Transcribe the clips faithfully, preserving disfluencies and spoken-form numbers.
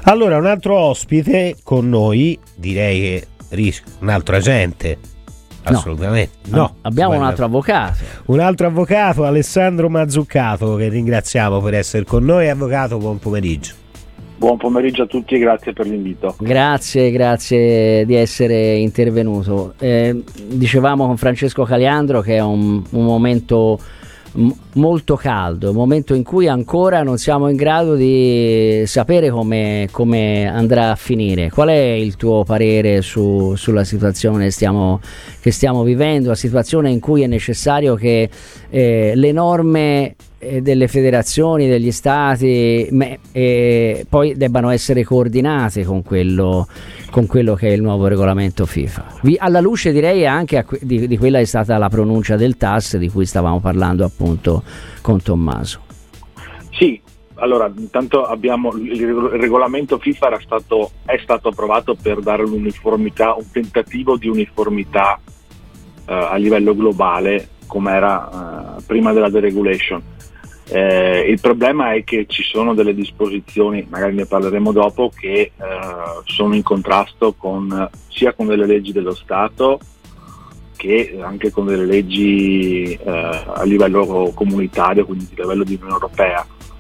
Allora, un altro ospite con noi, direi che un altro agente. Assolutamente no, no. Abbiamo un altro avvocato un altro avvocato, Alessandro Mazzuccato, che ringraziamo per essere con noi. Avvocato, buon pomeriggio. Buon pomeriggio a tutti e grazie per l'invito. Grazie, grazie di essere intervenuto. Eh, dicevamo con Francesco Caliandro che è un, un momento m- molto caldo, un momento in cui ancora non siamo in grado di sapere come, come andrà a finire. Qual è il tuo parere su, sulla situazione stiamo, che stiamo vivendo, la situazione in cui è necessario che eh, le norme delle federazioni, degli stati me, eh, poi debbano essere coordinate con quello, con quello che è il nuovo regolamento FIFA, Vi, alla luce direi anche a, di, di quella è stata la pronuncia del T A S di cui stavamo parlando appunto con Tommaso. Sì, allora intanto abbiamo il regolamento FIFA era stato, è stato approvato per dare un'uniformità, un tentativo di uniformità eh, a livello globale come era eh, prima della deregulation. Eh, il problema è che ci sono delle disposizioni, magari ne parleremo dopo, che eh, sono in contrasto con sia con delle leggi dello Stato che anche con delle leggi eh, a livello comunitario, quindi a livello di Unione Europea.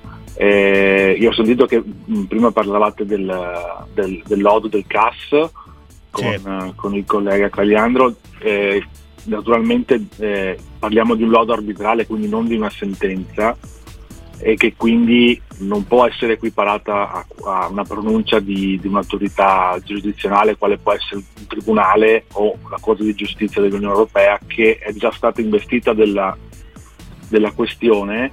Eh, io ho sentito che mh, prima parlavate del, del, del lodo del C A S con, sì. eh, con il collega Caliandro. Eh, naturalmente eh, parliamo di un lodo arbitrale, quindi non di una sentenza, e che quindi non può essere equiparata a, a una pronuncia di, di un'autorità giurisdizionale quale può essere un tribunale o la Corte di Giustizia dell'Unione Europea, che è già stata investita della, della questione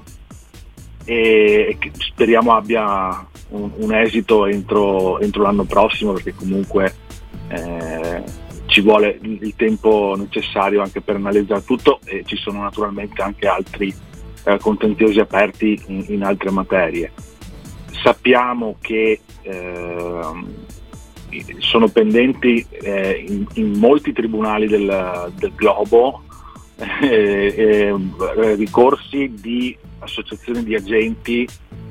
e, e che speriamo abbia un, un esito entro, entro l'anno prossimo, perché comunque eh, ci vuole il tempo necessario anche per analizzare tutto, e ci sono naturalmente anche altri eh, contenziosi aperti in, in altre materie. Sappiamo che eh, sono pendenti eh, in, in molti tribunali del, del globo eh, eh, ricorsi di associazioni di agenti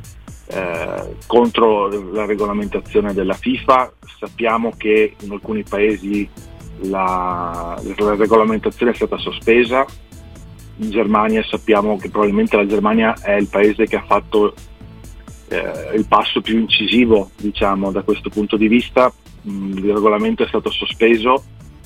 eh, contro la regolamentazione della FIFA. Sappiamo che in alcuni paesi La, la regolamentazione è stata sospesa. In Germania sappiamo che probabilmente la Germania è il paese che ha fatto eh, il passo più incisivo, diciamo, da questo punto di vista. Mm, il regolamento è stato sospeso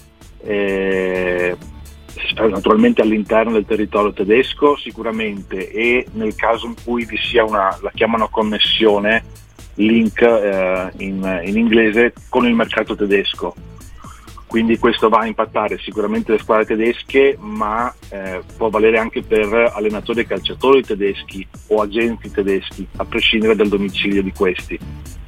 eh, naturalmente all'interno del territorio tedesco sicuramente, e nel caso in cui vi sia una, la chiamano connessione, link eh, in, in inglese, con il mercato tedesco. Quindi questo va a impattare sicuramente le squadre tedesche, ma eh, può valere anche per allenatori e calciatori tedeschi o agenti tedeschi, a prescindere dal domicilio di questi.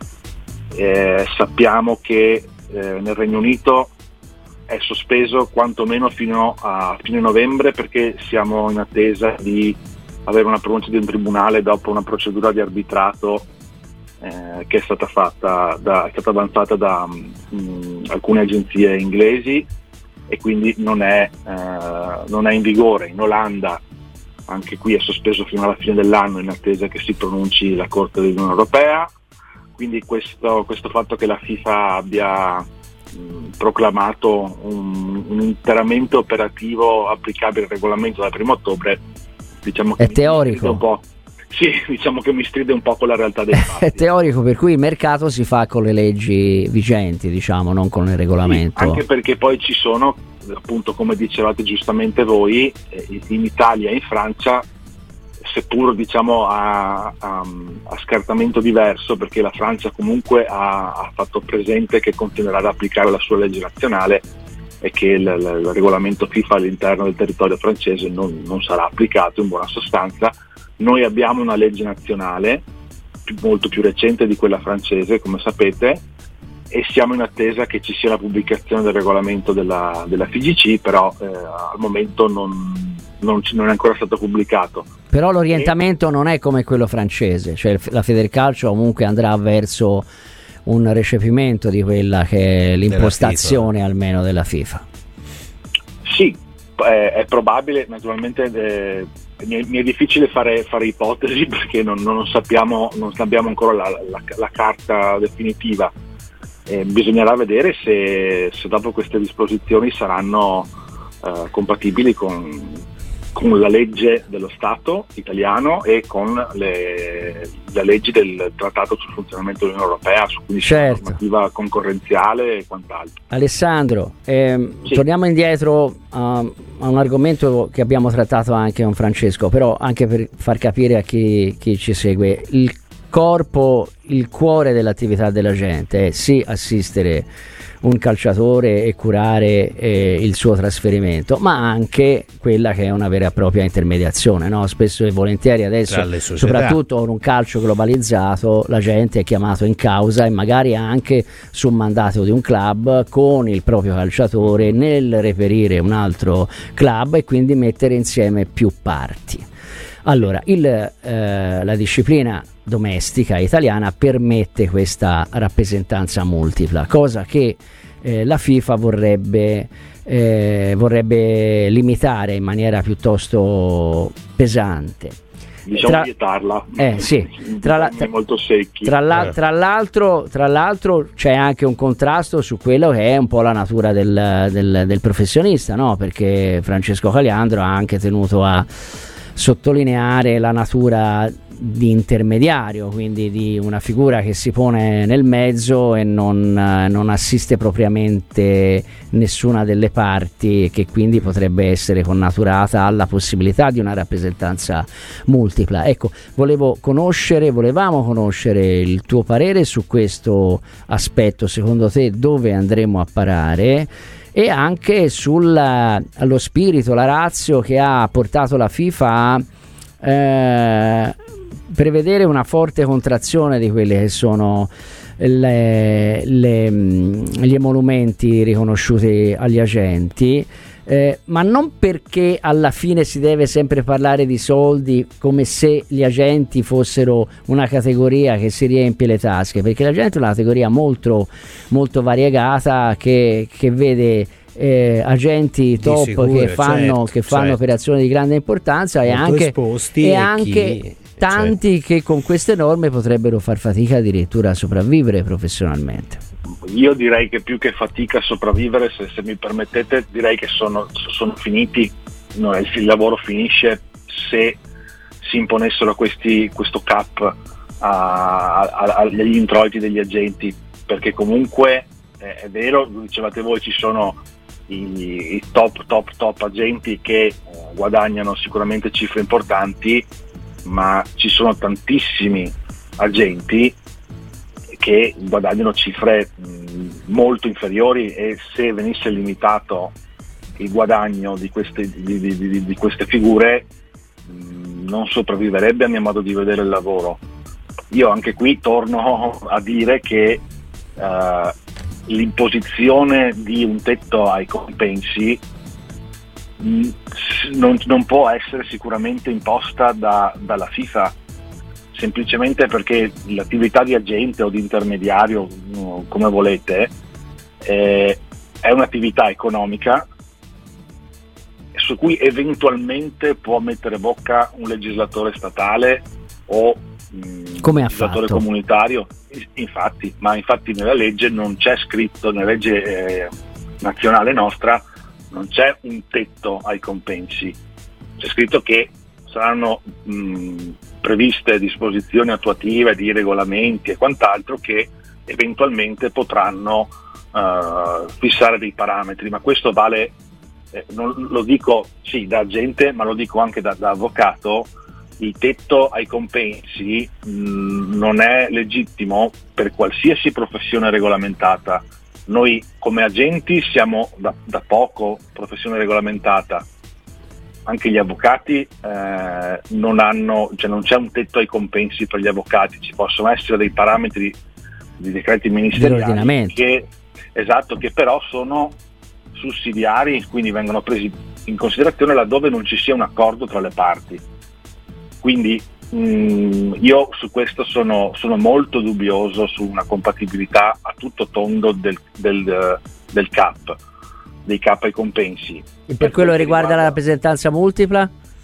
Eh, sappiamo che eh, nel Regno Unito è sospeso quantomeno fino a fine novembre, perché siamo in attesa di avere una pronuncia di un tribunale dopo una procedura di arbitrato Eh, che è stata fatta da, è stata avanzata da mh, alcune agenzie inglesi, e quindi non è, eh, non è in vigore. In Olanda anche qui è sospeso fino alla fine dell'anno in attesa che si pronunci la Corte dell'Unione Europea. Quindi questo, questo fatto che la FIFA abbia mh, proclamato un, un interamente operativo applicabile al regolamento dal primo ottobre, diciamo che è teorico. Un po'. Sì, diciamo che mi stride un po' con la realtà dei fatti. È teorico, per cui il mercato si fa con le leggi vigenti, diciamo, non con il regolamento. Sì, anche perché poi ci sono, appunto, come dicevate giustamente voi, in Italia e in Francia, seppur diciamo a, a, a scartamento diverso, perché la Francia comunque ha, ha fatto presente che continuerà ad applicare la sua legge nazionale e che il, il, il regolamento FIFA all'interno del territorio francese non, non sarà applicato in buona sostanza. Noi abbiamo una legge nazionale più, molto più recente di quella francese, come sapete, e siamo in attesa che ci sia la pubblicazione del regolamento della, della F I G C, però eh, al momento non, non, non è ancora stato pubblicato. Però l'orientamento e... non è come quello francese, cioè la Federcalcio comunque andrà verso un recepimento di quella che è l'impostazione almeno della FIFA. Sì, è, è probabile, naturalmente eh, mi è, mi è difficile fare, fare ipotesi perché non, non sappiamo, non abbiamo ancora la, la, la carta definitiva. Eh, bisognerà vedere se, se dopo queste disposizioni saranno eh, compatibili con, con la legge dello Stato italiano e con le, le leggi del Trattato sul funzionamento dell'Unione Europea, su quindi certo. normativa concorrenziale e quant'altro. Alessandro, ehm, sì. torniamo indietro a, a un argomento che abbiamo trattato anche con Francesco, però anche per far capire a chi, chi ci segue. Il corpo, il cuore dell'attività della gente è sì assistere un calciatore e curare eh, il suo trasferimento, ma anche quella che è una vera e propria intermediazione, no? Spesso e volentieri adesso, soprattutto con un calcio globalizzato, la gente è chiamato in causa e magari anche su mandato di un club con il proprio calciatore nel reperire un altro club e quindi mettere insieme più parti. Allora, il, eh, la disciplina domestica italiana permette questa rappresentanza multipla, cosa che eh, la FIFA vorrebbe, eh, vorrebbe limitare in maniera piuttosto pesante. Diciamo tra, vietarla, eh, sì, tra, la, tra, molto secchi. Tra, la, tra, l'altro, tra l'altro c'è anche un contrasto su quello che è un po' la natura del, del, del professionista, no? Perché Francesco Caliandro ha anche tenuto a sottolineare la natura di intermediario, quindi di una figura che si pone nel mezzo e non, non assiste propriamente nessuna delle parti, che quindi potrebbe essere connaturata alla possibilità di una rappresentanza multipla. Ecco, volevo conoscere, volevamo conoscere il tuo parere su questo aspetto. Secondo te dove andremo a parare? E anche sullo spirito, la ratio che ha portato la FIFA a eh, prevedere una forte contrazione di quelle che sono le, le, gli emolumenti riconosciuti agli agenti, eh, ma non perché alla fine si deve sempre parlare di soldi come se gli agenti fossero una categoria che si riempie le tasche, perché l'agente è una categoria molto, molto variegata che, che vede Eh, agenti top sicuro, che fanno, certo, che fanno certo. operazioni di grande importanza molto e anche, esposti e e anche chi, tanti certo. che con queste norme potrebbero far fatica addirittura a sopravvivere professionalmente. Io direi che più che fatica a sopravvivere, se, se mi permettete, direi che sono, sono finiti, no, il, il lavoro finisce se si imponessero questi, questo cap a, a, agli introiti degli agenti, perché comunque eh, è vero, lo dicevate voi, ci sono I, i top top top agenti che eh, guadagnano sicuramente cifre importanti, ma ci sono tantissimi agenti che guadagnano cifre mh, molto inferiori, e se venisse limitato il guadagno di queste, di, di, di, di queste figure mh, non sopravviverebbe, a mio modo di vedere, il lavoro. Io anche qui torno a dire che uh, l'imposizione di un tetto ai compensi mh, non, non può essere sicuramente imposta da, dalla FIFA, semplicemente perché l'attività di agente o di intermediario, come volete, eh, è un'attività economica su cui eventualmente può mettere bocca un legislatore statale o mh, come un legislatore fatto. comunitario. Infatti, ma infatti nella legge non c'è scritto, nella legge eh, nazionale nostra non c'è un tetto ai compensi, c'è scritto che saranno mh, previste disposizioni attuative di regolamenti e quant'altro che eventualmente potranno uh, fissare dei parametri, ma questo vale, eh, non, lo dico sì da agente, ma lo dico anche da, da avvocato. Il tetto ai compensi mh, non è legittimo per qualsiasi professione regolamentata. Noi come agenti siamo da, da poco professione regolamentata, anche gli avvocati eh, non hanno, cioè non c'è un tetto ai compensi per gli avvocati, ci possono essere dei parametri di decreti ministeriali che, esatto, che però sono sussidiari, quindi vengono presi in considerazione laddove non ci sia un accordo tra le parti. Quindi mh, io su questo sono, sono molto dubbioso su una compatibilità a tutto tondo del, del, del cap, dei cap ai compensi. E per quello che riguarda la rappresentanza multipla?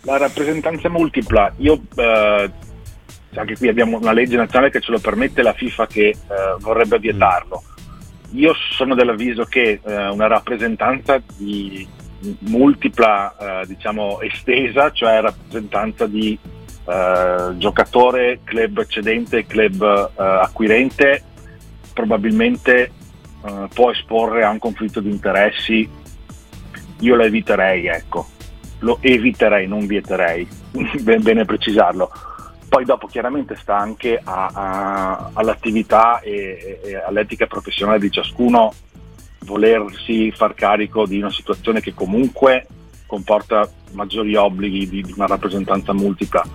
la rappresentanza multipla, io eh, anche qui abbiamo una legge nazionale che ce lo permette, la FIFA che eh, vorrebbe vietarlo. Io sono dell'avviso che eh, una rappresentanza di multipla, eh, diciamo estesa, cioè rappresentanza di eh, giocatore, club cedente e club eh, acquirente, probabilmente eh, può esporre a un conflitto di interessi. Io la eviterei, ecco, lo eviterei, non vieterei, ben bene precisarlo. Poi dopo chiaramente sta anche a, a, all'attività e, e all'etica professionale di ciascuno volersi far carico di una situazione che comunque comporta maggiori obblighi di, di una rappresentanza multipla.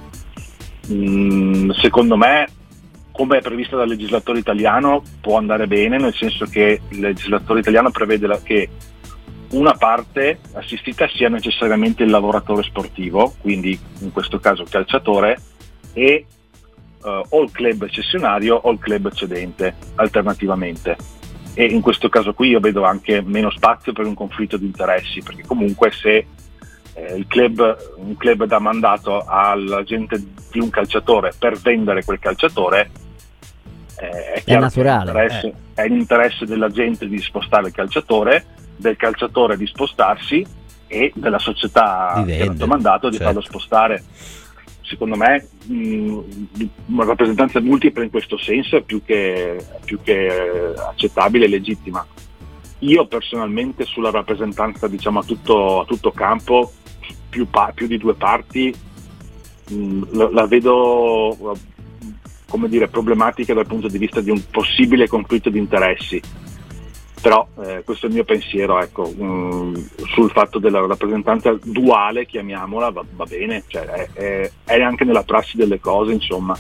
Mm, secondo me, come è previsto dal legislatore italiano, può andare bene, nel senso che il legislatore italiano prevede la, che una parte assistita sia necessariamente il lavoratore sportivo, quindi in questo caso il calciatore, e uh, o il club cessionario o il club cedente alternativamente, e in questo caso qui io vedo anche meno spazio per un conflitto di interessi, perché comunque se eh, il club, un club dà mandato all'agente di un calciatore per vendere quel calciatore, eh, è, è naturale, è interesse, eh. è in interesse dell'agente di spostare il calciatore, del calciatore di spostarsi e della società di che ha dato mandato di certo. farlo spostare. Secondo me mh, una rappresentanza multipla in questo senso è più che, più che accettabile e legittima. Io personalmente sulla rappresentanza, diciamo, a tutto, a tutto campo, più, pa- più di due parti, mh, la, la vedo, come dire, problematica dal punto di vista di un possibile conflitto di interessi. Però eh, questo è il mio pensiero, ecco, mh, sul fatto della rappresentanza duale, chiamiamola, va, va bene, cioè, è, è, è anche nella prassi delle cose, insomma.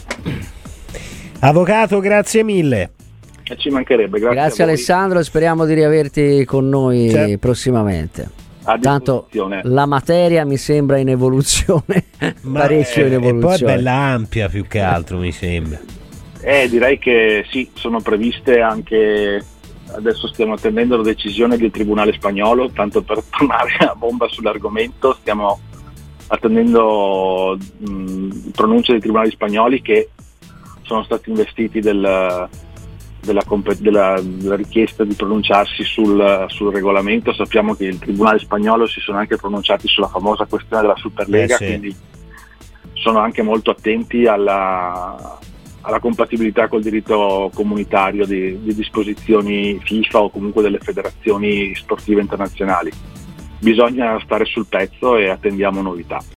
Avvocato, grazie mille. E ci mancherebbe, grazie, grazie a voi. Alessandro, speriamo di riaverti con noi Certo. prossimamente. A Tanto disposizione. la materia mi sembra in evoluzione, Ma parecchio è- in E poi è evoluzione. bella ampia più che altro, mi sembra. Eh, direi che sì, sono previste anche, adesso stiamo attendendo la decisione del Tribunale spagnolo, tanto per tornare a bomba sull'argomento, stiamo attendendo mh, pronunce dei tribunali spagnoli che sono stati investiti del, della, comp- della, della richiesta di pronunciarsi sul, sul regolamento. Sappiamo che il Tribunale spagnolo si sono anche pronunciati sulla famosa questione della Superlega, Eh sì. quindi sono anche molto attenti alla, alla compatibilità col diritto comunitario di, di disposizioni FIFA o comunque delle federazioni sportive internazionali. Bisogna stare sul pezzo e attendiamo novità.